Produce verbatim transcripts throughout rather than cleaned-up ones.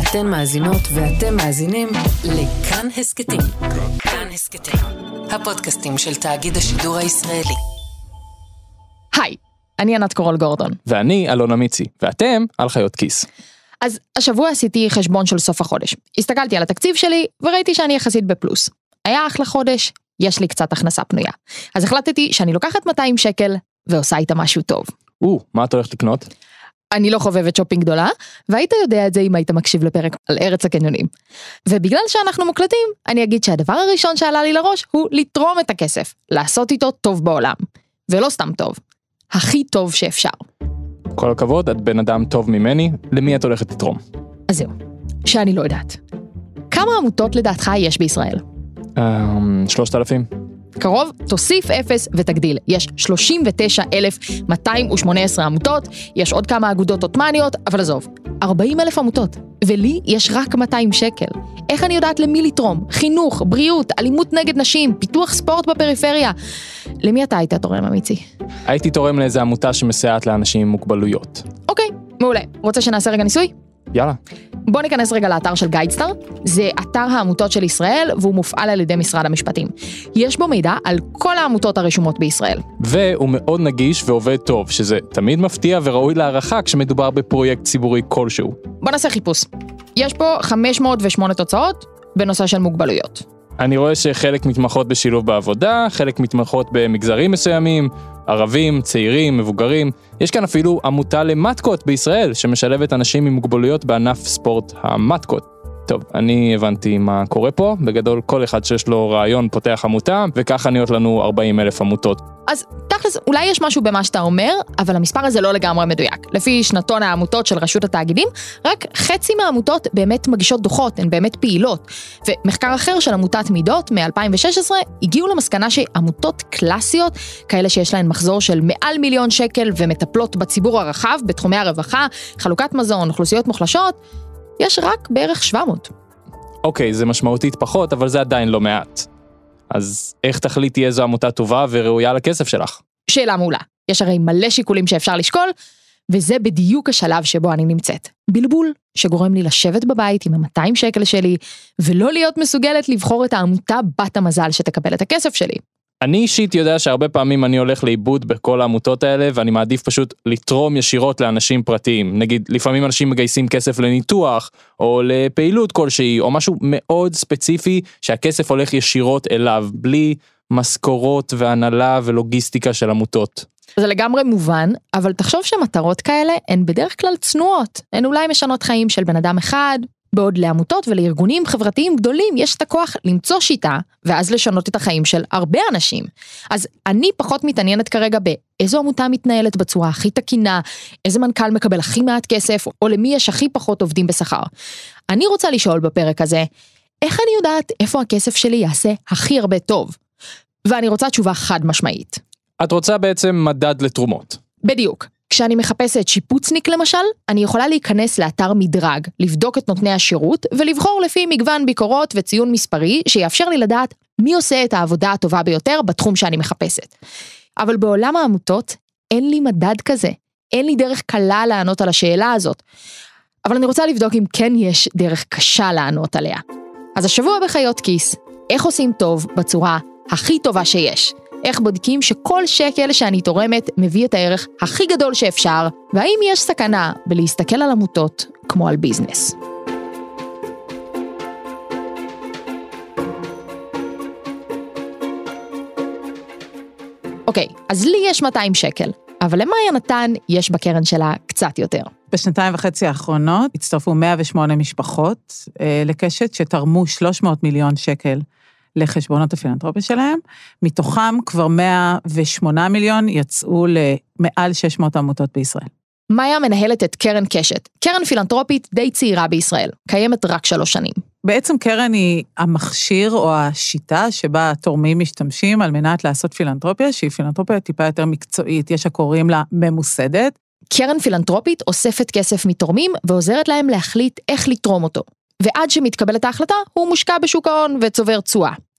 אתן מאזינות ואתם מאזינים לכאן הסקטים. כאן הסקטים, הפודקאסטים של תאגיד השידור הישראלי. היי, אני ענת קורול גורדון. ואני אלון אמיצי, ואתם על חיות כיס. אז השבוע עשיתי חשבון של סוף החודש. הסתכלתי על התקציב שלי וראיתי שאני יחסית בפלוס. היה אחלה חודש, יש לי קצת הכנסה פנויה. אז החלטתי שאני לוקחת מאתיים שקל ועושה איתה משהו טוב. או, מה את הולכת לקנות? אני לא חובבת שופינג גדולה, והיית יודע את זה אם היית מקשיב לפרק על ארץ הקניונים. ובגלל שאנחנו מוקלטים, אני אגיד שהדבר הראשון שעלה לי לראש הוא לתרום את הכסף, לעשות איתו טוב בעולם. ולא סתם טוב, הכי טוב שאפשר. כל הכבוד, את בן אדם טוב ממני, למי את הולכת לתרום? אז זהו, שאני לא יודעת. כמה עמותות לדעתך יש בישראל? שלושת אלפים. קרוב, תוסיף אפס ותגדיל. יש שלושים ותשע אלף מאתיים ושמונה עשרה עמותות, יש עוד כמה אגודות עות'מאניות, אבל עזוב, ארבעים אלף עמותות, ולי יש רק מאתיים שקל. איך אני יודעת למי לתרום? חינוך, בריאות, אלימות נגד נשים, פיתוח ספורט בפריפריה. למי אתה היית תורם, אמיצי? הייתי תורם לאיזו עמותה שמסייעת לאנשים עם מוגבלויות. אוקיי, מעולה. רוצה שנעשה רגע ניסוי? יאללה. בוא ניכנס רגע לאתר של גיידסטאר, זה אתר העמותות של ישראל, והוא מופעל על ידי משרד המשפטים. יש בו מידע על כל העמותות הרשומות בישראל. והוא מאוד נגיש ועובד טוב, שזה תמיד מפתיע וראוי להערכה כשמדובר בפרויקט ציבורי כלשהו. בוא נעשה חיפוש. יש פה חמש מאות ושמונה תוצאות בנושא של מוגבלויות. אני רואה שחלק מתמחות בשילוב בעבודה, חלק מתמחות במגזרים מסוימים, ערבים, צעירים, מבוגרים. יש כאן אפילו עמותה למטקות בישראל, שמשלבת אנשים עם מוגבלויות בענף ספורט המטקות. טוב, אני הבנתי מה קורה פה. בגדול, כל אחד שיש לו רעיון פותח עמותה, וככה נהיות לנו ארבעים אלף עמותות. אז תכלס, אולי יש משהו במה שאתה אומר, אבל המספר הזה לא לגמרי מדויק. לפי שנתון העמותות של רשות התאגידים, רק חצי מהעמותות באמת מגישות דוחות, הן באמת פעילות. ומחקר אחר של עמותת מידות מ-אלפיים ושש עשרה, הגיעו למסקנה שעמותות קלאסיות, כאלה שיש להן מחזור של מעל מיליון שקל, ומטפלות בציבור הרחב, בתחומי הרווחה, חלוקת מזון, אוכלוסיות מוחלשות, יש רק בערך שבע מאות. אוקיי, זה משמעותית פחות, אבל זה עדיין לא מעט. אז איך תחליטי איזו עמותה טובה וראויה לכסף שלך? שאלה מעולה. יש הרי מלא שיקולים שאפשר לשקול, וזה בדיוק השלב שבו אני נמצאת. בלבול שגורם לי לשבת בבית עם ה-מאתיים שקל שלי, ולא להיות מסוגלת לבחור את העמותה בת המזל שתקבל את הכסף שלי. אני אישית יודע שהרבה פעמים אני הולך לאיבוד בכל העמותות האלה, ואני מעדיף פשוט לתרום ישירות לאנשים פרטיים. נגיד, לפעמים אנשים מגייסים כסף לניתוח, או לפעילות כלשהי, או משהו מאוד ספציפי, שהכסף הולך ישירות אליו, בלי משכורות והנהלה ולוגיסטיקה של עמותות. זה לגמרי מובן, אבל תחשוב שמטרות כאלה הן בדרך כלל צנועות. הן אולי משנות חיים של בן אדם אחד, בעוד לעמותות ולארגונים חברתיים גדולים יש את הכוח למצוא שיטה, ואז לשנות את החיים של הרבה אנשים. אז אני פחות מתעניינת כרגע באיזו עמותה מתנהלת בצורה הכי תקינה, איזה מנכ"ל מקבל הכי מעט כסף, או למי יש הכי פחות עובדים בשכר. אני רוצה לשאול בפרק הזה, איך אני יודעת איפה הכסף שלי יעשה הכי הרבה טוב? ואני רוצה תשובה חד משמעית. את רוצה בעצם מדד לתרומות. בדיוק. כשאני מחפשת שיפוצניק למשל, אני יכולה להיכנס לאתר מדרג, לבדוק את נותני השירות, ולבחור לפי מגוון ביקורות וציון מספרי, שיאפשר לי לדעת מי עושה את העבודה הטובה ביותר בתחום שאני מחפשת. אבל בעולם העמותות, אין לי מדד כזה. אין לי דרך קלה לענות על השאלה הזאת. אבל אני רוצה לבדוק אם כן יש דרך קשה לענות עליה. אז השבוע בחיות כיס, איך עושים טוב בצורה הכי טובה שיש? איך בודקים שכל שקל שאני תורמת מביא את הערך הכי גדול שאפשר, והאם יש סכנה בלהסתכל על עמותות כמו על ביזנס. אוקיי, אז לי יש מאתיים שקל, אבל למאיה נתן יש בקרן שלה קצת יותר. בשנתיים וחצי האחרונות הצטרפו מאה ושמונה משפחות אה, לקשת שתרמו שלוש מאות מיליון שקל לחשבונות הפילנתרופיה שלהם, מתוכם כבר מאה ושמונה מיליון יצאו למעל שש מאות עמותות בישראל. מאיה מנהלת את קרן קשת, קרן פילנתרופית די צעירה בישראל, קיימת רק שלוש שנים. בעצם קרן היא המכשיר או השיטה שבה התורמים משתמשים על מנת לעשות פילנתרופיה, שהיא פילנתרופיה טיפה יותר מקצועית, יש הקוראים לה ממוסדת. קרן פילנתרופית אוספת כסף מתורמים ועוזרת להם להחליט איך לתרום אותו. ועד שמתקבלת ההחלטה, הוא מושקע בשוק ההון וצובר תשואה.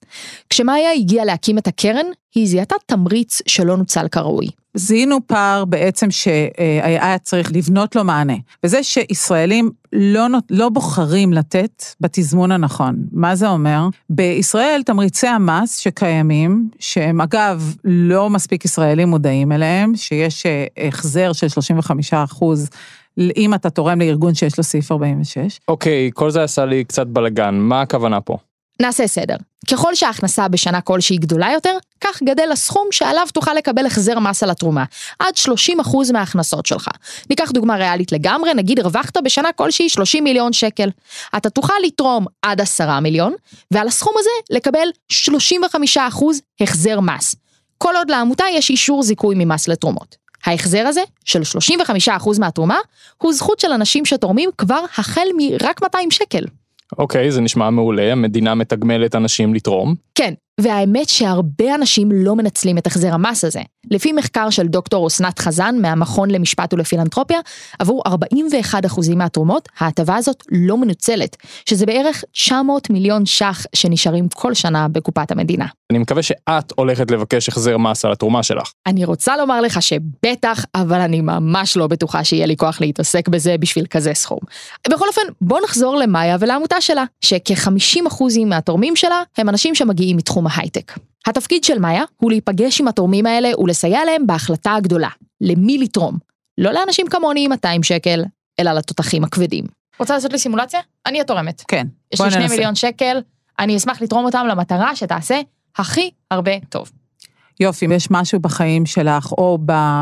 כשמאיה הגיעה להקים את הקרן, היא זיהתה תמריץ שלא נוצל כראוי. זיהינו פער בעצם שהיה צריך לבנות לו מענה, וזה שישראלים לא, לא בוחרים לתת בתזמון הנכון. מה זה אומר? בישראל תמריצי המס שקיימים, שהם אגב לא מספיק ישראלים מודעים אליהם, שיש החזר של שלושים וחמישה אחוז, אם אתה תורם לארגון שיש לו סעיף ארבעים ושש. אוקיי, כל זה עשה לי קצת בלגן, מה הכוונה פה? נעשה סדר. ככל שההכנסה בשנה כלשהי גדולה יותר, כך גדל הסכום שעליו תוכל לקבל החזר מס על התרומה, עד שלושים אחוז מההכנסות שלך. ניקח דוגמה ריאלית לגמרי, נגיד הרווחת בשנה כלשהי שלושים מיליון שקל. אתה תוכל לתרום עד עשרה מיליון, ועל הסכום הזה לקבל שלושים וחמישה אחוז החזר מס. כל עוד לעמותה יש אישור זיכוי ממס לתרומות. ההחזר הזה, של שלושים וחמישה אחוז מהתרומה, הוא זכות של אנשים שתורמים כבר החל מרק מאתיים שקל. אוקיי, זה נשמע מעולה, המדינה מתגמלת אנשים לתרום. כן, והאמת שהרבה אנשים לא מנצלים את החזר המס הזה. לפי מחקר של דוקטור אסנת חזן מהמכון למשפט ולפילנתרופיה, עבור ארבעים ואחד אחוז מהתרומות, ההטבה הזאת לא מנוצלת, שזה בערך תשע מאות מיליון ש"ח שנשארים כל שנה בקופת המדינה. אני מקווה שאת הולכת לבקש החזר מס על התרומה שלך. אני רוצה לומר לך שבטח, אבל אני ממש לא בטוחה שיהיה לי כוח להתעסק בזה בשביל כזה סכום. בכל אופן, בוא נחזור למאיה ולעמותה שלה, שכ-חמישים אחוז מהתורמים שלה הם אנשים שמגיעים מתחום ההייטק. התפקיד של מאיה הוא להיפגש עם התורמים האלה ולסייע להם בהחלטה הגדולה. למי לתרום? לא לאנשים כמוני עם מאתיים שקל, אלא לתותחים הכבדים. רוצה לעשות לי סימולציה? אני התורמת. כן. יש לי שני מיליון שקל, אני אשמח לתרום אותם למטרה שתעשה הכי הרבה טוב. יופי, יש משהו בחיים שלך, או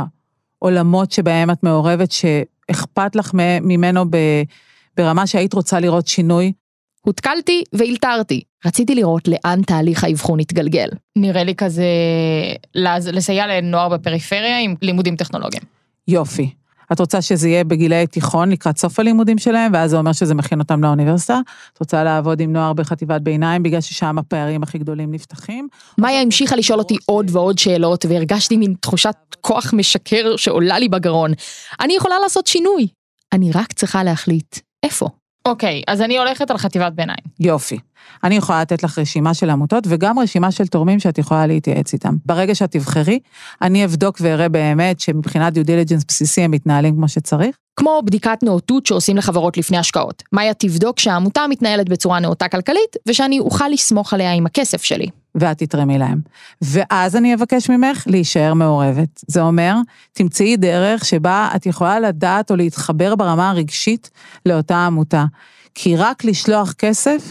בעולמות שבהם את מעורבת, שאכפת לך ממנו ברמה שהיית רוצה לראות שינוי? הותקלתי והילתרתי. רציתי לראות לאן תהליך האבחון יתגלגל. נראה לי כזה לסייע לנוער בפריפריה עם לימודים טכנולוגיים. יופי. את רוצה שזה יהיה בגילי תיכון לקראת סוף הלימודים שלהם, ואז זה אומר שזה מכין אותם לאוניברסיטה? את רוצה לעבוד עם נוער בחטיבת ביניים, בגלל ששם הפערים הכי גדולים נפתחים? מאיה המשיכה לשאול אותי עוד ועוד שאלות, והרגשתי מין תחושת כוח משקר שעולה לי בגרון. אני יכולה לעשות שינוי. אני רק צריכה להחליט איפה. אוקיי, אז אני הולכת על חטיבת ביניים. יופי. אני יכולה לתת לך רשימה של עמותות, וגם רשימה של תורמים שאת יכולה להתייעץ איתם. ברגע שאת תבחרי, אני אבדוק ואראה באמת שמבחינת דיו דיליג'נס בסיסי הם מתנהלים כמו שצריך. כמו בדיקת נאותות שעושים לחברות לפני השקעות. מאיה תבדוק שהעמותה מתנהלת בצורה נאותה כלכלית, ושאני אוכל לסמוך עליה עם הכסף שלי. ואת תתרמי להם. ואז אני אבקש ממך להישאר מעורבת. זה אומר, תמצאי דרך שבה את יכולה לדעת או להתחבר ברמה הרגשית לאותה עמותה. כי רק לשלוח כסף,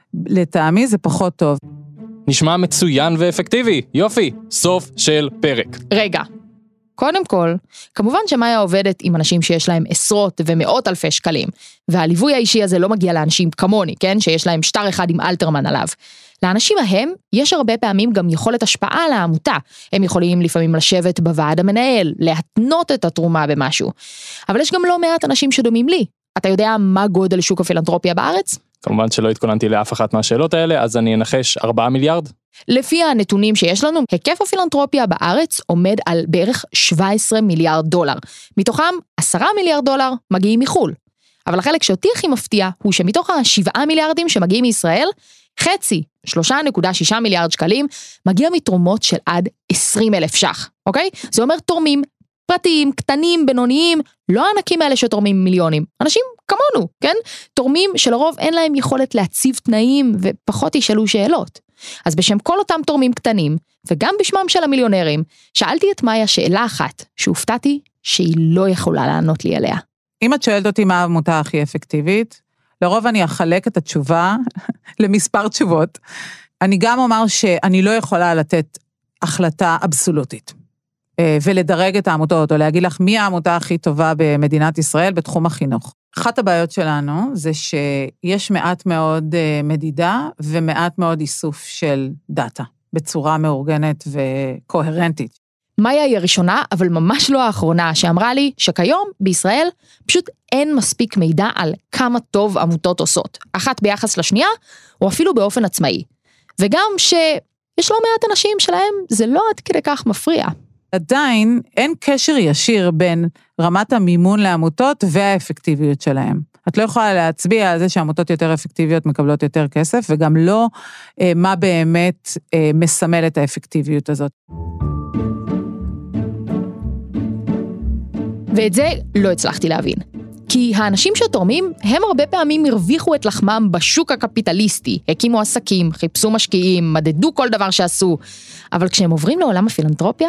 לטעמי זה פחות טוב. נשמע מצוין ואפקטיבי. יופי, סוף של פרק. רגע. קודם כל, כמובן שמאיה עובדת עם אנשים שיש להם עשרות ומאות אלפי שקלים, והליווי האישי הזה לא מגיע לאנשים כמוני, כן? שיש להם שטר אחד עם אלתרמן עליו. לאנשים ההם יש הרבה פעמים גם יכולת השפעה על העמותה. הם יכולים לפעמים לשבת בוועד המנהל, להתנות את התרומה במשהו. אבל יש גם לא מעט אנשים שדומים לי. אתה יודע מה גודל שוק הפילנתרופיה בארץ? כמובן שלא התכוננתי לאף אחת מהשאלות האלה, אז אני אנחש ארבעה מיליארד. לפי הנתונים שיש לנו, היקף הפילנתרופיה בארץ עומד על בערך שבעה עשר מיליארד דולר. מתוכם עשרה מיליארד דולר מגיעים מחול. אבל החלק שאותי הכי מפתיע הוא שמתוך השבעה מיליארדים שמגיעים מישראל, חצי, שלושה נקודה שישה מיליארד שקלים, מגיע מתרומות של עד עשרים אלף ש"ח, אוקיי? זה אומר תורמים פרטיים, קטנים, בינוניים, לא הענקים האלה שתורמים מיליונים, אנשים כמונו, כן? תורמים שלרוב אין להם יכולת להציב תנאים ופחות ישאלו שאלות. אז בשם כל אותם תורמים קטנים, וגם בשמם של המיליונרים, שאלתי את מאיה שאלה אחת, שהופתעתי שהיא לא יכולה לענות לי עליה. אם את שואלת אותי מה העמותה הכי אפקטיבית, לרוב אני אחלק את התשובה למספר תשובות. אני גם אומר שאני לא יכולה לתת החלטה אבסולוטית, ולדרג את העמותות, או להגיד לך מי העמותה הכי טובה במדינת ישראל בתחום החינוך. אחת הבעיות שלנו זה שיש מעט מאוד מדידה, ומעט מאוד איסוף של דאטה, בצורה מאורגנת וקוהרנטית. מאיה היא הראשונה, אבל ממש לא האחרונה, שאמרה לי שכיום בישראל פשוט אין מספיק מידע על כמה טוב עמותות עושות, אחת ביחס לשנייה, או אפילו באופן עצמאי. וגם שיש לא מעט אנשים שלהם זה לא עד כדי כך מפריע. עדיין אין קשר ישיר בין רמת המימון לעמותות והאפקטיביות שלהם. את לא יכולה להצביע על זה שעמותות יותר אפקטיביות מקבלות יותר כסף, וגם לא אה, מה באמת אה, מסמל את האפקטיביות הזאת. ואת זה לא הצלחתי להבין. כי האנשים שתורמים, הם הרבה פעמים הרוויחו את לחמם בשוק הקפיטליסטי, הקימו עסקים, חיפשו משקיעים, מדדו כל דבר שעשו. אבל כשהם עוברים לעולם הפילנתרופיה,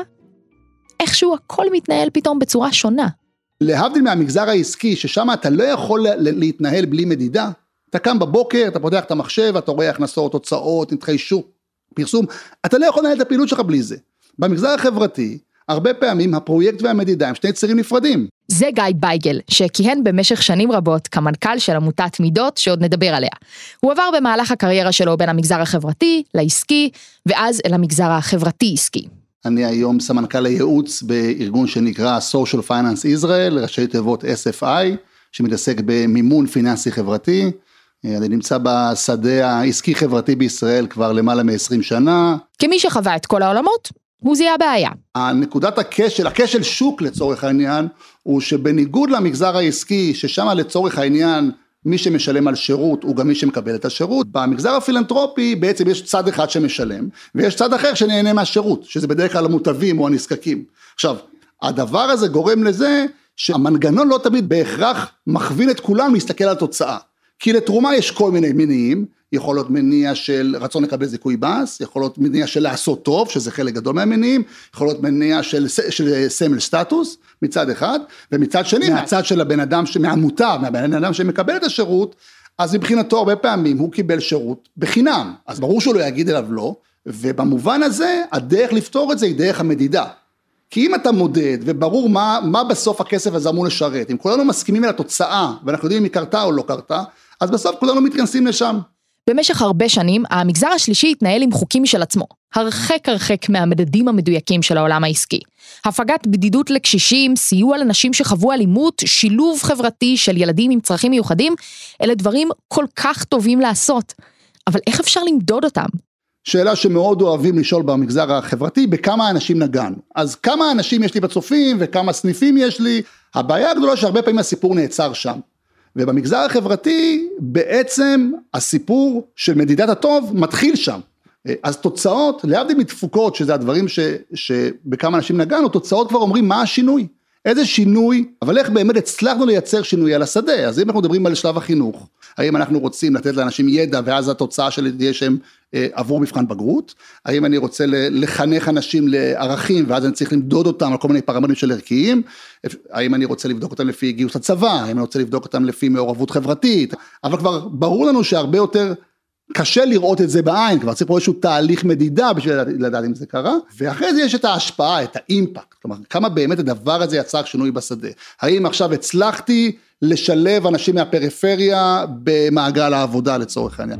איכשהו הכל מתנהל פתאום בצורה שונה. להבדיל מהמגזר העסקי, ששם אתה לא יכול להתנהל בלי מדידה, אתה קם בבוקר, אתה פותח את המחשב, אתה רואה הכנסות, הוצאות, נתחי שוק, פרסום, אתה לא יכול לנהל את הפעילות שלך בלי זה. במגזר החברתי, הרבה פעמים הפרויקט והמדידה הם שני צירים נפרדים. זה גיא בייגל, שכיהן במשך שנים רבות כמנכ"ל של עמותת מידות, שעוד נדבר עליה. הוא עבר במהלך הקריירה שלו בין המגזר החברתי לעסקי, ואז אל המגזר החברתי-עסקי. אני היום סמנכ"ל הייעוץ בארגון שנקרא Social Finance Israel, ראשי תיבות אס אף איי, שמתעסק במימון פיננסי חברתי. אני נמצא בשדה העסקי חברתי בישראל כבר למעלה מ-עשרים שנה. כמי שחווה את כל העולמות, הוא זיהה בעיה. הנקודת הכשל, הכשל שוק לצורך העניין, הוא שבניגוד למגזר העסקי, ששם לצורך העניין, מי שמשלם על שירות, הוא גם מי שמקבל את השירות. במגזר הפילנתרופי בעצם יש צד אחד שמשלם, ויש צד אחר שנהנה מהשירות, שזה בדרך כלל המוטבים או הנזקקים. עכשיו, הדבר הזה גורם לזה, שהמנגנון לא תמיד בהכרח מכווין את כולם להסתכל על תוצאה. כי לתרומה יש כל מיני מניעים, יכול להיות מניע של רצון לקבל זיכוי בס, יכול להיות מניע של לעשות טוב, שזה חלק גדול מהמניעים, יכול להיות מניע של, של סמל סטטוס, מצד אחד, ומצד שני, מהצד של הבן אדם, מהמוטב, מהבן אדם שמקבל את השירות, אז מבחינתו הרבה פעמים הוא קיבל שירות בחינם, אז ברור שהוא לא יגיד אליו לא, ובמובן הזה, הדרך לפתור את זה היא דרך המדידה. כי אם אתה מודד, וברור מה, מה בסוף הכסף הזה אמור לשרת, אם כולנו מסכימים על התוצאה, ואנחנו יודעים אם היא קרתה או לא קרתה, אז בסוף כולנו מתכנסים לשם. במשך הרבה שנים, המגזר השלישי התנהל עם חוקים משל עצמו, הרחק הרחק מהמדדים המדויקים של העולם העסקי. הפגת בדידות לקשישים, סיוע לנשים שחוו אלימות, שילוב חברתי של ילדים עם צרכים מיוחדים, אלה דברים כל כך טובים לעשות. אבל איך אפשר למדוד אותם? שאלה שמאוד אוהבים לשאול במגזר החברתי, בכמה אנשים נגענו. אז כמה אנשים יש לי בצופים וכמה סניפים יש לי? הבעיה הגדולה שהרבה פעמים הסיפור נעצר שם. ובמגזר החברתי בעצם הסיפור של מדידת הטוב מתחיל שם. אז תוצאות, להבדיל מתפוקות, שזה הדברים ש, שבכמה אנשים נגענו, תוצאות כבר אומרים מה השינוי. איזה שינוי, אבל איך באמת הצלחנו לייצר שינוי על השדה. אז אם אנחנו מדברים על שלב החינוך, האם אנחנו רוצים לתת לאנשים ידע, ואז התוצאה של ידע שהם אה, עבור מבחן בגרות, האם אני רוצה לחנך אנשים לערכים, ואז אני צריך למדוד אותם על כל מיני פרמטרים של ערכיים, האם אני רוצה לבדוק אותם לפי גיוס הצבא, האם אני רוצה לבדוק אותם לפי מעורבות חברתית, אבל כבר ברור לנו שהרבה יותר קשה לראות את זה בעין, כבר צריך פה איזשהו תהליך מדידה בשביל לדעת, לדעת אם זה קרה, ואחרי זה יש את ההשפעה, את האימפקט, כלומר, כמה באמת הדבר הזה יצר שינוי בשדה. האם עכשיו הצלחתי לשלב אנשים מהפריפריה במעגל העבודה לצורך העניין?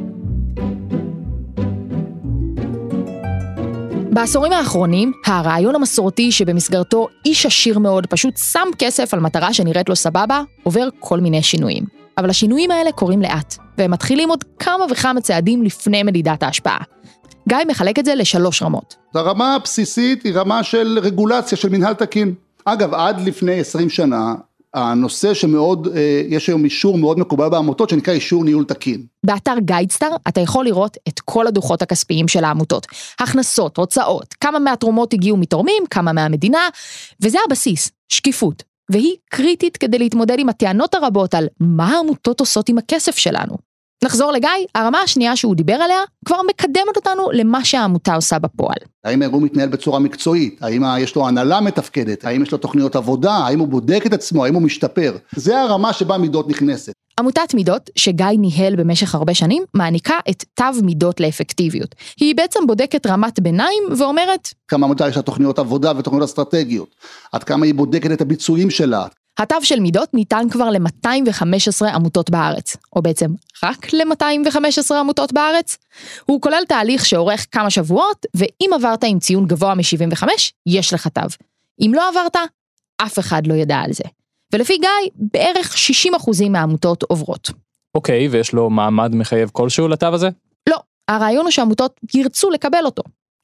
בעשורים האחרונים, הרעיון המסורתי שבמסגרתו איש עשיר מאוד פשוט שם כסף על מטרה שנראית לו סבבה, עובר כל מיני שינויים. אבל השינויים האלה קורים לאט, והם מתחילים עוד כמה וכמה צעדים לפני מדידת ההשפעה. גיא מחלק את זה לשלוש רמות. הרמה הבסיסית היא רמה של רגולציה, של מנהל תקין. אגב, עד לפני עשרים שנה, הנושא שמאוד, יש היום אישור מאוד מקובל בעמותות, שנקרא אישור ניהול תקין. באתר גיידסטאר אתה יכול לראות את כל הדוחות הכספיים של העמותות. הכנסות, הוצאות, כמה מהתרומות הגיעו מתורמים, כמה מהמדינה, וזה הבסיס, שקיפות. והיא קריטית כדי להתמודד עם הטענות הרבות על מה העמותות עושות עם הכסף שלנו. נחזור לגיא, הרמה השנייה שהוא דיבר עליה כבר מקדמת אותנו למה שהעמותה עושה בפועל. האם הארגון מתנהל בצורה מקצועית? האם יש לו הנהלה מתפקדת? האם יש לו תוכניות עבודה? האם הוא בודק את עצמו? האם הוא משתפר? זה הרמה שבה מידות נכנסת. עמותת מידות, שגיא ניהל במשך הרבה שנים, מעניקה את תו מידות לאפקטיביות. היא בעצם בודקת רמת ביניים ואומרת, כמה עמותה יש לה תוכניות עבודה ותוכניות אסטרטגיות? עד כמה היא בודקת את הביצועים שלה? התו של מידות ניתן כבר ל-מאתיים וחמש עשרה עמותות בארץ, או בעצם רק ל-מאתיים וחמש עשרה עמותות בארץ. הוא כולל תהליך שאורך כמה שבועות, ואם עברת עם ציון גבוה מ-שבעים וחמש, יש לך תו. אם לא עברת, אף אחד לא ידע על זה. ולפי גיא, בערך שישים אחוז מהעמותות עוברות. אוקיי, ויש לו מעמד מחייב כלשהו לתו הזה? לא, הרעיון הוא שהעמותות ירצו לקבל אותו.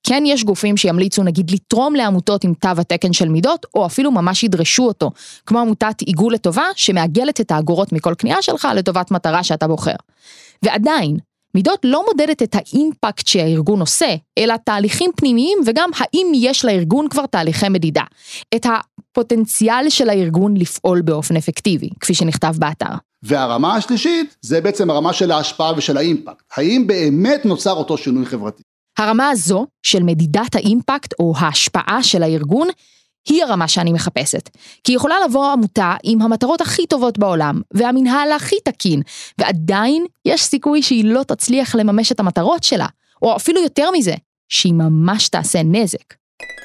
כן יש גופים שימליצו נגיד לתרום לעמותות עם תו התקן של מידות, או אפילו ממש ידרשו אותו, כמו עמותת עיגול לטובה, שמעגלת את האגורות מכל קנייה שלך לטובת מטרה שאתה בוחר. ועדיין, מידות לא מודדת את האימפקט שהארגון עושה, אלא תהליכים פנימיים, וגם האם יש לארגון כבר תהליכי מדידה. את הפוטנציאל של הארגון לפעול באופן אפקטיבי, כפי שנכתב באתר. והרמה השלישית, זה בעצם הרמה של ההשפעה ושל האימפקט. האם באמת נוצר אותו שינוי חברתי? הרמה הזו של מדידת האימפקט או ההשפעה של הארגון, היא הרמה שאני מחפשת. כי יכולה לבוא עמותה עם המטרות הכי טובות בעולם, והמנהל הכי תקין, ועדיין יש סיכוי שהיא לא תצליח לממש את המטרות שלה, או אפילו יותר מזה, שהיא ממש תעשה נזק.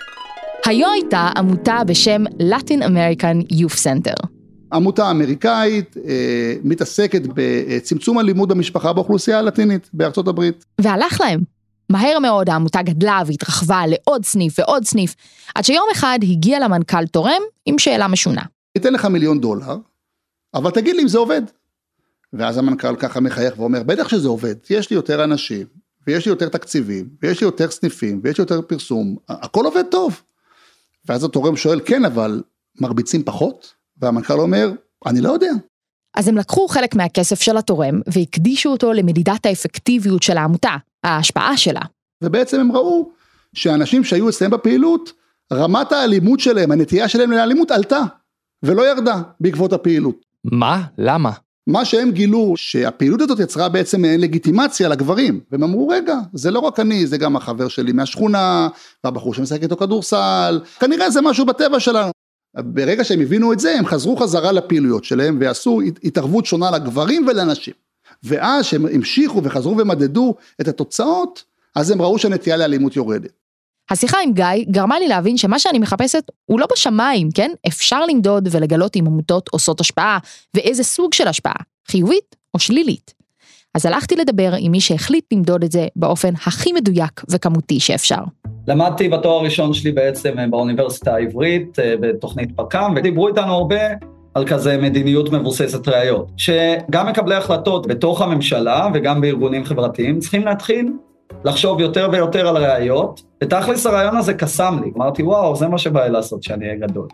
היו הייתה עמותה בשם Latin American Youth Center. עמותה אמריקאית, אה, מתעסקת בצמצום הלימוד במשפחה באוכלוסייה הלטינית בארצות הברית. והלך להם. מהר מאוד העמותה גדלה והתרחבה לעוד סניף ועוד סניף, עד שיום אחד הגיע למנכ"ל תורם עם שאלה משונה. ניתן לך מיליון דולר, אבל תגיד לי אם זה עובד. ואז המנכ"ל ככה מחייך ואומר, בטח שזה עובד, יש לי יותר אנשים, ויש לי יותר תקציבים, ויש לי יותר סניפים, ויש לי יותר פרסום, הכל עובד טוב. ואז התורם שואל, כן, אבל מרביצים פחות? והמנכ"ל אומר, אני לא יודע. אז הם לקחו חלק מהכסף של התורם, והקדישו אותו למדידת האפקטיביות של העמותה, ההשפעה שלה. ובעצם הם ראו שאנשים שהיו אצלם בפעילות, רמת האלימות שלהם, הנטייה שלהם לאלימות עלתה, ולא ירדה בעקבות הפעילות. מה? למה? מה שהם גילו, שהפעילות הזאת יצרה בעצם לגיטימציה לגברים, והם אמרו, רגע, זה לא רק אני, זה גם החבר שלי מהשכונה, והבחור שמשחק איתו כדורסל, כנראה זה משהו בטבע שלנו. ברגע שהם הבינו את זה, הם חזרו חזרה לפעילויות שלהם, ועשו התערבות שונה לגברים ולנשים. ואז שהם המשיכו וחזרו ומדדו את התוצאות, אז הם ראו שהנטייה לאלימות יורדת. השיחה עם גיא גרמה לי להבין שמה שאני מחפשת הוא לא בשמיים, כן? אפשר למדוד ולגלות אם עמותות עושות השפעה, ואיזה סוג של השפעה, חיובית או שלילית. אז הלכתי לדבר עם מי שהחליט למדוד את זה באופן הכי מדויק וכמותי שאפשר. למדתי בתואר הראשון שלי בעצם באוניברסיטה העברית, בתוכנית פק"ם, ודיברו איתנו הרבה על כזה מדיניות מבוססת ראיות, שגם מקבלי החלטות בתוך הממשלה וגם בארגונים חברתיים צריכים להתחיל לחשוב יותר ויותר על ראיות, ותכלס הרעיון הזה קסם לי, אמרתי וואו, זה מה שבא לי לעשות שאני אהיה גדול.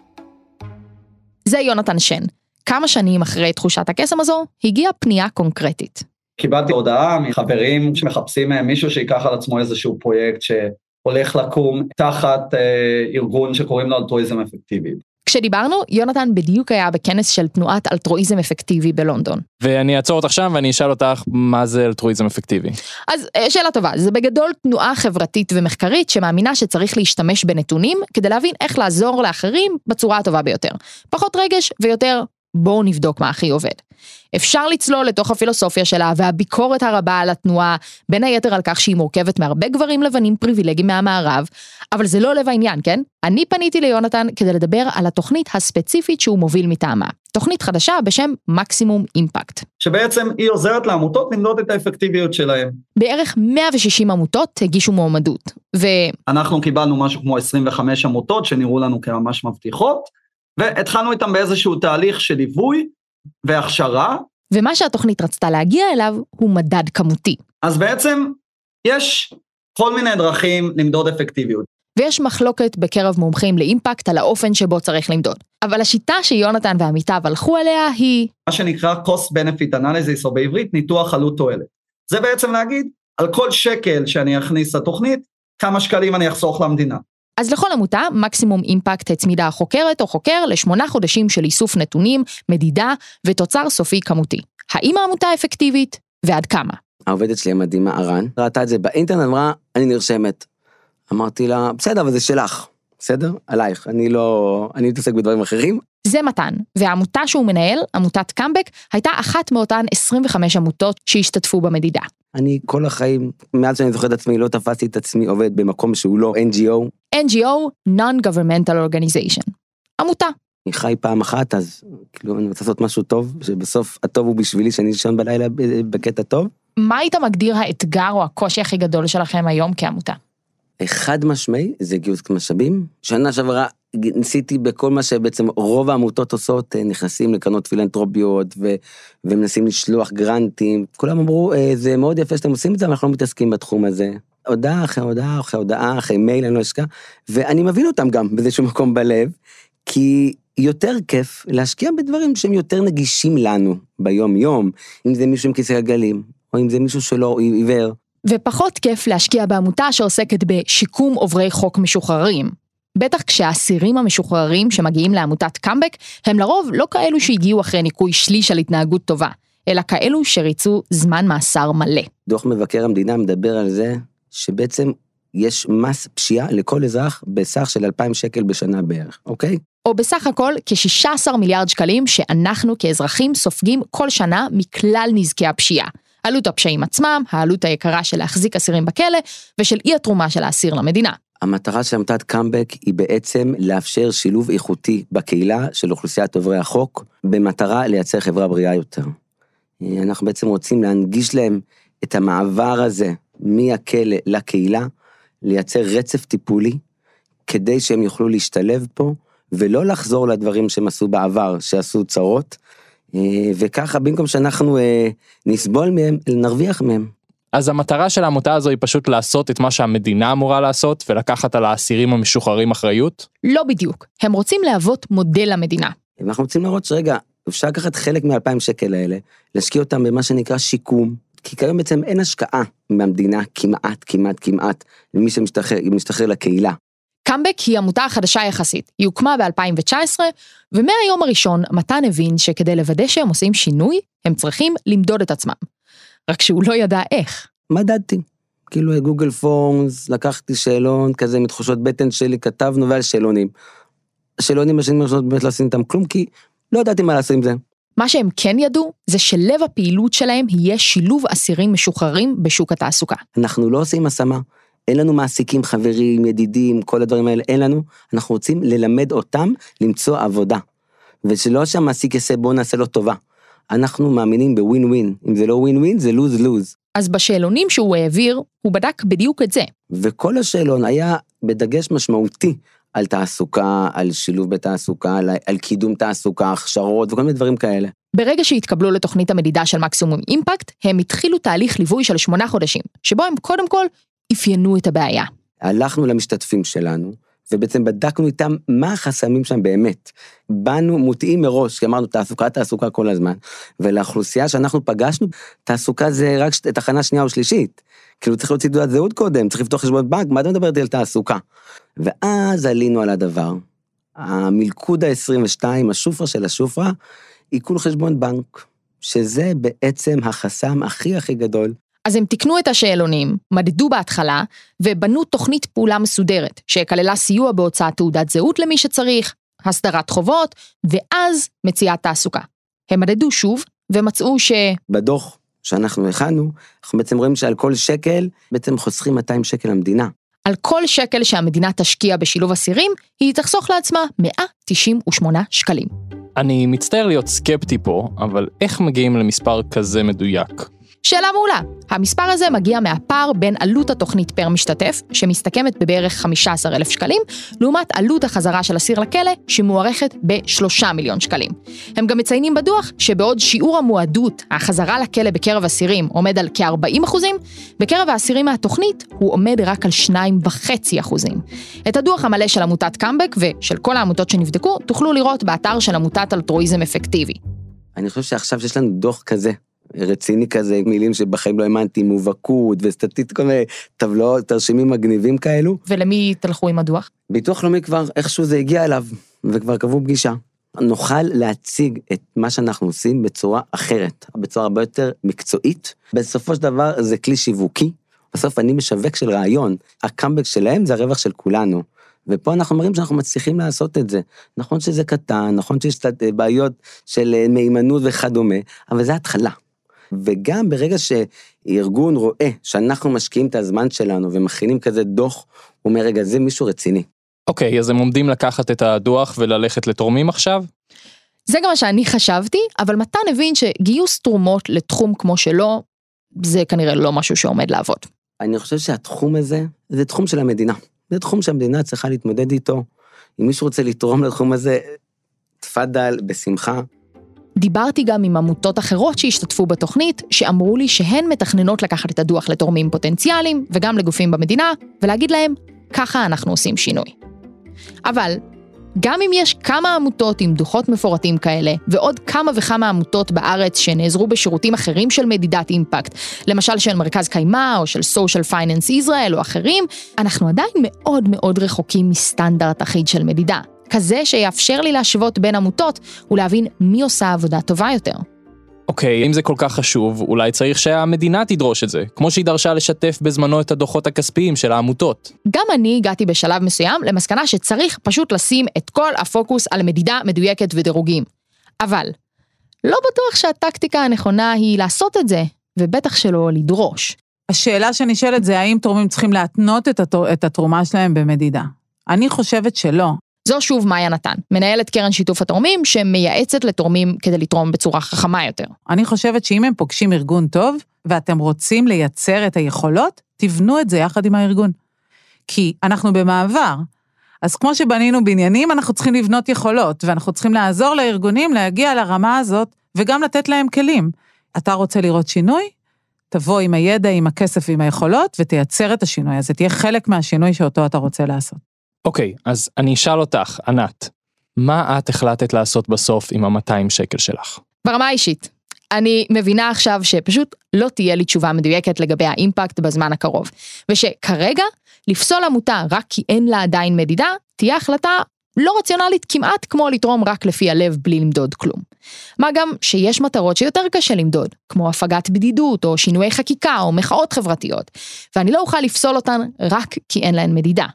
זה יונתן שן. כמה שנים אחרי תחושת הקסם הזו, הגיעה פנייה קונקרטית. קיבלתי הודעה מחברים שמחפשים מישהו שיקח על עצמו איזשהו פרויקט שהולך לקום תחת אה, ארגון שקוראים לו אלטרואיזם אפקטיבי. כשדיברנו, יונתן בדיוק היה בכנס של תנועת אלטרואיזם אפקטיבי בלונדון. ואני אעצור אותך שם ואני אשאל אותך מה זה אלטרואיזם אפקטיבי. אז שאלה טובה, זה בגדול תנועה חברתית ומחקרית שמאמינה שצריך להשתמש בנתונים כדי להבין איך לעזור לאחרים בצורה הטובה ביותר. פחות רגש ויותר בואו נבדוק מה הכי עובד. אפשר לצלול לתוך הפילוסופיה שלה והביקורת הרבה על התנועה, בין היתר על כך שהיא מורכבת מהרבה גברים לבנים פריבילגיים מהמערב, אבל זה לא לב העניין, כן? אני פניתי ליונתן כדי לדבר על התוכנית הספציפית שהוא מוביל מטעמה. תוכנית חדשה בשם מקסימום אימפקט. שבעצם היא עוזרת לעמותות למדוד את האפקטיביות שלהם. בערך מאה ושישים עמותות הגישו מועמדות. ו... אנחנו קיבלנו משהו כמו עשרים וחמש עמותות שנראו לנו כממש מבטיחות, והתחלנו איתם באיזשהו תהליך של ליווי והכשרה. ומה שהתוכנית רצתה להגיע אליו הוא מדד כמותי. אז בעצם יש כל מיני דרכים למדוד אפקטיביות. ויש מחלוקת בקרב מומחים לאימפקט על האופן שבו צריך למדוד. אבל השיטה שיונתן ועמיתיו הלכו עליה היא... מה שנקרא cost benefit analysis, או בעברית ניתוח עלות תועלת. זה בעצם להגיד, על כל שקל שאני אכניס לתוכנית, כמה שקלים אני אחסוך למדינה. אז לכל עמותה, מקסימום אימפקט הצמידה חוקרת או חוקר לשמונה חודשים של איסוף נתונים, מדידה ותוצר סופי כמותי. האם העמותה אפקטיבית ועד כמה? העובדת שלי המדהימה, ארן, ראתה את זה באינטרנט, אמרה, אני נרשמת. אמרתי לה, בסדר, אבל זה שלך, בסדר? עלייך, אני לא, אני מתעסק בדברים אחרים. זה מתן, והעמותה שהוא מנהל, עמותת קאמבק, הייתה אחת מאותן עשרים וחמש עמותות שהשתתפו במדידה. אני כל החיים, מאז שאני זוכר את עצמי, לא תפסתי את עצמי עובד במקום שהוא לא אן ג'י או. אן ג'י או, Non-Governmental Organization. עמותה. אני חי פעם אחת, אז כאילו אני רוצה לעשות משהו טוב, שבסוף הטוב הוא בשבילי שאני נשען בלילה בקטע טוב. מה היית מגדיר האתגר או הקושי הכי גדול שלכם היום כעמותה? אחד משמעי, זה גיוס משאבים. שנה שעברה ניסיתי בכל מה שבעצם רוב העמותות עושות, נכנסים לקרנות פילנתרופיות, ו- ומנסים לשלוח גרנטים. כולם אמרו, זה מאוד יפה שאתם עושים את זה, אבל אנחנו לא מתעסקים בתחום הזה. הודעה אחרי הודעה, אחרי הודעה, אחרי מייל, אני לא אשכח, ואני מבין אותם גם באיזשהו מקום בלב, כי יותר כיף להשקיע בדברים שהם יותר נגישים לנו ביום יום, אם זה מישהו עם כיסא גלגלים, או אם זה מישהו שלא עיוור. ופחות כיף להשקיע בעמותה שעוסקת בשיקום עוברי חוק משוחררים. בטח כשהאסירים המשוחררים שמגיעים לעמותת קאמבק, הם לרוב לא כאלו שהגיעו אחרי ניקוי שליש על התנהגות טובה, אלא כאלו שריצו זמן מאסר מלא. דוח מבקר המדינה מדבר על זה שבעצם יש מס פשיעה לכל אזרח בסך של אלפיים שקל בשנה בערך, אוקיי? או בסך הכל כ-שישה עשר מיליארד שקלים שאנחנו כאזרחים סופגים כל שנה מכלל נזקי הפשיעה. עלות הפשעים עצמם, העלות היקרה של להחזיק אסירים בכלא, ושל אי התרומה של האסיר למדינה. המטרה של עמותת קאמבק היא בעצם לאפשר שילוב איכותי בקהילה של אוכלוסיית עוברי החוק, במטרה לייצר חברה בריאה יותר. אנחנו בעצם רוצים להנגיש להם את המעבר הזה מהכלא לקהילה, לייצר רצף טיפולי, כדי שהם יוכלו להשתלב פה, ולא לחזור לדברים שהם עשו בעבר, שעשו צרות, וככה במקום שאנחנו נסבול מהם, נרוויח מהם. אז המטרה של העמותה הזו היא פשוט לעשות את מה שהמדינה אמורה לעשות, ולקחת על האסירים המשוחררים אחריות? לא בדיוק, הם רוצים להוות מודל למדינה. אנחנו רוצים לראות שרגע, אפשר לקחת חלק מ-אלפיים שקל האלה, להשקיע אותם במה שנקרא שיקום, כי כיום בעצם אין השקעה מהמדינה כמעט, כמעט, כמעט, למי שמשתחרר לקהילה. קאמבק היא עמותה חדשה יחסית, היא הוקמה ב-אלפיים תשע עשרה, ומהיום הראשון מתן הבין שכדי לוודא שהם עושים שינוי, הם צריכים למדוד את עצמם. רק שהוא לא ידע איך. מדדתי. כאילו גוגל פורמס, לקחתי שאלון, כזה מתחושות בטן שלי, כתבנו ועל שאלונים. השאלונים השנים הראשונות באמת לא עשינו איתם כלום, כי לא ידעתי מה לעשות עם זה. מה שהם כן ידעו, זה שלב הפעילות שלהם יהיה שילוב אסירים משוחררים בשוק התעסוקה. אנחנו לא עושים השמה. אין לנו מעסיקים, חברים, ידידים, כל הדברים האלה, אין לנו. אנחנו רוצים ללמד אותם למצוא עבודה. ושלא שהמעסיק יעשה, בוא נעשה לו טובה. אנחנו מאמינים בווין ווין. אם זה לא ווין ווין, זה לוז לוז. אז בשאלונים שהוא העביר, הוא בדק בדיוק את זה. וכל השאלון היה בדגש משמעותי על תעסוקה, על שילוב בתעסוקה, על, על קידום תעסוקה, הכשרות וכל מיני דברים כאלה. ברגע שהתקבלו לתוכנית המדידה של מקסימום אימפקט, הם התחילו תהליך ליווי של שמונה חודשים, שבו הם קודם כל אפיינו את הבעיה. הלכנו למשתתפים שלנו, ובעצם בדקנו איתם מה החסמים שם באמת. באנו מוטעים מראש, כי אמרנו תעסוקה, תעסוקה כל הזמן, ולאוכלוסייה שאנחנו פגשנו, תעסוקה זה רק תחנה שנייה או שלישית. כאילו צריך להוציא תעודת זהות קודם, צריך לפתוח חשבון בנק, מה אתה מדברת על תעסוקה? ואז עלינו על הדבר. המלכוד ה-עשרים ושתיים, השופרה של השופרה, עיכול חשבון בנק, שזה בעצם החסם הכי הכי גדול. אז הם תקנו את השאלונים, מדדו בהתחלה, ובנו תוכנית פעולה מסודרת, שכללה סיוע בהוצאת תעודת זהות למי שצריך, הסדרת חובות, ואז מציאת תעסוקה. הם מדדו שוב, ומצאו ש... בדוח שאנחנו הכנו, אנחנו בעצם רואים שעל כל שקל, בעצם חוסכים מאתיים שקל למדינה. על כל שקל שהמדינה תשקיע בשילוב אסירים, היא תחסוך לעצמה מאה תשעים ושמונה שקלים. אני מצטער להיות סקפטי פה, אבל איך מגיעים למספר כזה מדויק? שאלה מעולה. המספר הזה מגיע מהפער בין עלות התוכנית פר משתתף, שמסתכמת בבערך חמישה עשר אלף שקלים, לעומת עלות החזרה של אסיר לכלא, שמוערכת בשלושה מיליון שקלים. הם גם מציינים בדוח שבעוד שיעור המועדות, החזרה לכלא בקרב אסירים, עומד על כ-ארבעים אחוזים, בקרב האסירים מהתוכנית הוא עומד רק על שניים וחצי אחוזים. את הדוח המלא של עמותת קאמבק ושל כל העמותות שנבדקו, תוכלו לראות באתר של עמותת אלטרואיזם אפקטיבי. אני חושב שעכשיו שיש לנו דוח כזה, רציני כזה, מילים שבחיים לא האמנתי, מובהקות וסטטיסטיקות, כל מיני טבלאות, תרשימים מגניבים כאלו. ולמי תלכו עם הדוח? ביטוח לאומי כבר, איכשהו זה הגיע אליו, וכבר קבעו פגישה. נוכל להציג את מה שאנחנו עושים בצורה אחרת, בצורה הרבה יותר מקצועית. בסופו של דבר זה כלי שיווקי, בסוף אני משווק של רעיון, הקאמבק שלהם זה הרווח של כולנו. ופה אנחנו מראים שאנחנו מצליחים לעשות את זה. נכון שזה קטן, נכון שיש בעיות של מהימנות וכדומה, אבל זה התחלה. וגם ברגע שארגון רואה שאנחנו משקיעים את הזמן שלנו ומכינים כזה דוח, הוא אומר, רגע, זה מישהו רציני. אוקיי, אז הם עומדים לקחת את הדוח וללכת לתורמים עכשיו? זה גם מה שאני חשבתי, אבל מתן הבין שגיוס תרומות לתחום כמו שלו, זה כנראה לא משהו שעומד לעבוד. אני חושב שהתחום הזה, זה תחום של המדינה. זה תחום שהמדינה צריכה להתמודד איתו. אם מישהו רוצה לתרום לתחום הזה, תפדל, בשמחה. דיברתי גם עם עמותות אחרות שהשתתפו בתוכנית, שאמרו לי שהן מתכננות לקחת את הדוח לתורמים פוטנציאליים, וגם לגופים במדינה, ולהגיד להם, ככה אנחנו עושים שינוי. אבל, גם אם יש כמה עמותות עם דוחות מפורטים כאלה, ועוד כמה וכמה עמותות בארץ שנעזרו בשירותים אחרים של מדידת אימפקט, למשל של מרכז קיימה או של Social Finance Israel או אחרים, אנחנו עדיין מאוד מאוד רחוקים מסטנדרט אחיד של מדידה. כזה שיאפשר לי להשוות בין עמותות ולהבין מי עושה עבודה טובה יותר. אוקיי, אם זה כל כך חשוב, אולי צריך שהמדינה תדרוש את זה, כמו שהיא דרשה לשתף בזמנו את הדוחות הכספיים של העמותות. גם אני הגעתי בשלב מסוים למסקנה שצריך פשוט לשים את כל הפוקוס על מדידה מדויקת ודירוגים. אבל, לא בטוח שהטקטיקה הנכונה היא לעשות את זה, ובטח שלא לדרוש. השאלה שנשאלת זה האם תורמים צריכים להתנות את, התור... את התרומה שלהם במדידה. אני חושבת שלא. זו שוב מאיה נתן, מנהלת קרן שיתוף התורמים שמייעצת לתורמים כדי לתרום בצורה חכמה יותר. אני חושבת שאם הם פוגשים ארגון טוב, ואתם רוצים לייצר את היכולות, תבנו את זה יחד עם הארגון. כי אנחנו במעבר, אז כמו שבנינו בניינים, אנחנו צריכים לבנות יכולות, ואנחנו צריכים לעזור לארגונים להגיע לרמה הזאת, וגם לתת להם כלים. אתה רוצה לראות שינוי? תבוא עם הידע, עם הכסף ועם היכולות, ותייצר את השינוי הזה. תהיה חלק מהשינוי שאותו אתה רוצה לעשות. אוקיי, אז אני אשאל אותך, ענת, מה את החלטת לעשות בסוף עם ה-מאתיים שקל שלך? ברמה האישית, אני מבינה עכשיו שפשוט לא תהיה לי תשובה מדויקת לגבי האימפקט בזמן הקרוב, ושכרגע לפסול עמותה רק כי אין לה עדיין מדידה, תהיה החלטה לא רציונלית כמעט כמו לתרום רק לפי הלב בלי למדוד כלום. מה גם שיש מטרות שיותר קשה למדוד, כמו הפגת בדידות או שינויי חקיקה או מחאות חברתיות, ואני לא אוכל לפסול אותן רק כי אין להן מדידה.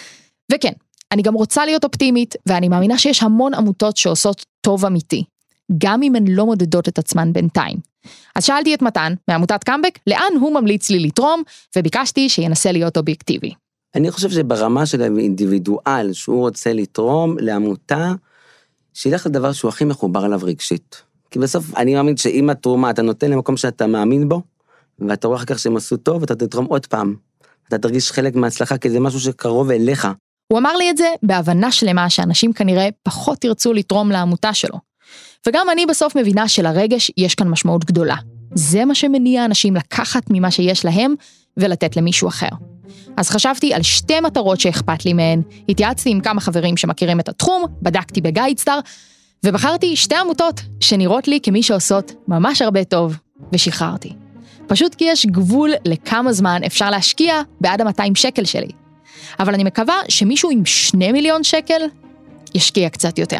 וכן, אני גם רוצה להיות אופטימית, ואני מאמינה שיש המון עמותות שעושות טוב אמיתי, גם אם הן לא מודדות את עצמן בינתיים. אז שאלתי את מתן, מעמותת קאמבק, לאן הוא ממליץ לי לתרום, וביקשתי שינסה להיות אובייקטיבי. אני חושב שברמה של האינדיבידואל, שהוא רוצה לתרום לעמותה, שילך לדבר שהוא הכי מחובר עליו רגשית. כי בסוף אני מאמין שאם התרומה, אתה נותן למקום שאתה מאמין בו, ואתה רואה כך שהם עשו טוב, אתה תתרום עוד פעם. אתה תרגיש חלק מההצלחה, כי זה משהו שקרוב אליך. הוא אמר לי את זה בהבנה שלמה שאנשים כנראה פחות ירצו לתרום לעמותה שלו. וגם אני בסוף מבינה שלרגש יש כאן משמעות גדולה. זה מה שמניע אנשים לקחת ממה שיש להם ולתת למישהו אחר. אז חשבתי על שתי מטרות שאכפת לי מהן, התייעצתי עם כמה חברים שמכירים את התחום, בדקתי בגיידסטאר, ובחרתי שתי עמותות שנראות לי כמי שעושות ממש הרבה טוב, ושחררתי. פשוט כי יש גבול לכמה זמן אפשר להשקיע בעד ה-מאתיים שקל שלי. אבל אני מקווה שמישהו עם שני מיליון שקל ישקיע קצת יותר.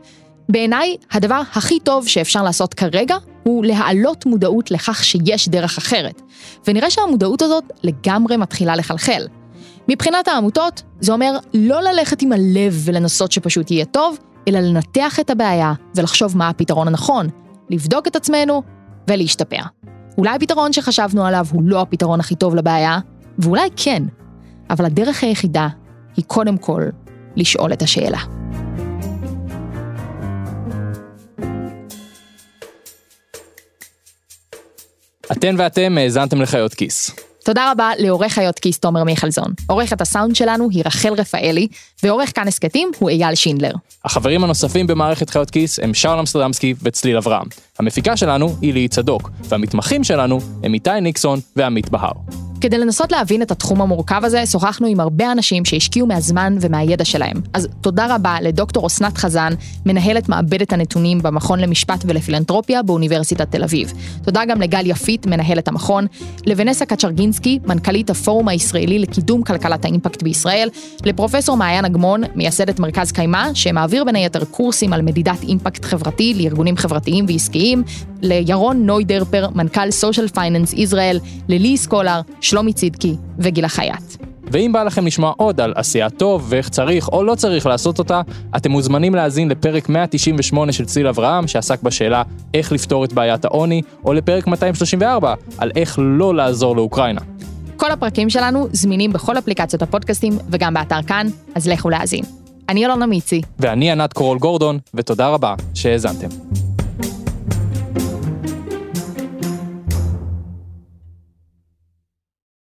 בעיניי, הדבר הכי טוב שאפשר לעשות כרגע, הוא להעלות מודעות לכך שיש דרך אחרת. ונראה שהמודעות הזאת לגמרי מתחילה לחלחל. מבחינת העמותות, זה אומר לא ללכת עם הלב ולנסות שפשוט יהיה טוב, אלא לנתח את הבעיה ולחשוב מה הפתרון הנכון, לבדוק את עצמנו ולהשתפר. אולי הפתרון שחשבנו עליו הוא לא הפתרון הכי טוב לבעיה, ואולי כן, אבל הדרך היחידה היא קודם כל לשאול את השאלה. אתן ואתם האזנתם לחיות כיס. תודה רבה לעורך חיות כיס תומר מיכלזון. עורכת הסאונד שלנו היא רחל רפאלי, ועורך כאן הסקטים הוא אייל שינדלר. החברים הנוספים במערכת חיות כיס הם שאול אמסטרדמסקי וצליל אברהם. המפיקה שלנו היא ליהי צדוק, והמתמחים שלנו הם איתי ניקסון ועמית בהר. כדי לנסות להבין את התחום המורכב הזה, שוחחנו עם הרבה אנשים שהשקיעו מהזמן ומהידע שלהם. אז תודה רבה לדוקטור אסנת חזן, מנהלת מעבדת הנתונים במכון למשפט ולפילנתרופיה באוניברסיטת תל אביב. תודה גם לגל יפית, מנהלת המכון, לבנסה קצ'רגינסקי, מנכ"לית הפורום הישראלי לקידום כלכלת האימפקט בישראל, לפרופסור מעיין אגמון, מייסדת מרכז קיימה, שמעביר בין היתר קורסים על מדידת אימפקט חברתי לארגונים חברתיים ועסקיים, לירון נוידרפר, מנכ"ל Social Finance Israel, ללי סקולר, שלומי צידקי וגילה חייט. ואם בא לכם לשמוע עוד על עשייה טוב ואיך צריך או לא צריך לעשות אותה, אתם מוזמנים להאזין לפרק מאה תשעים ושמונה של צליל אברהם, שעסק בשאלה איך לפתור את בעיית העוני, או לפרק מאתיים שלושים וארבע, על איך לא לעזור לאוקראינה. כל הפרקים שלנו זמינים בכל אפליקציות הפודקאסטים וגם באתר כאן, אז לכו להאזין. אני אלונה מיצי. ואני ענת קורול גורדון, ותודה רבה שהאזנתם.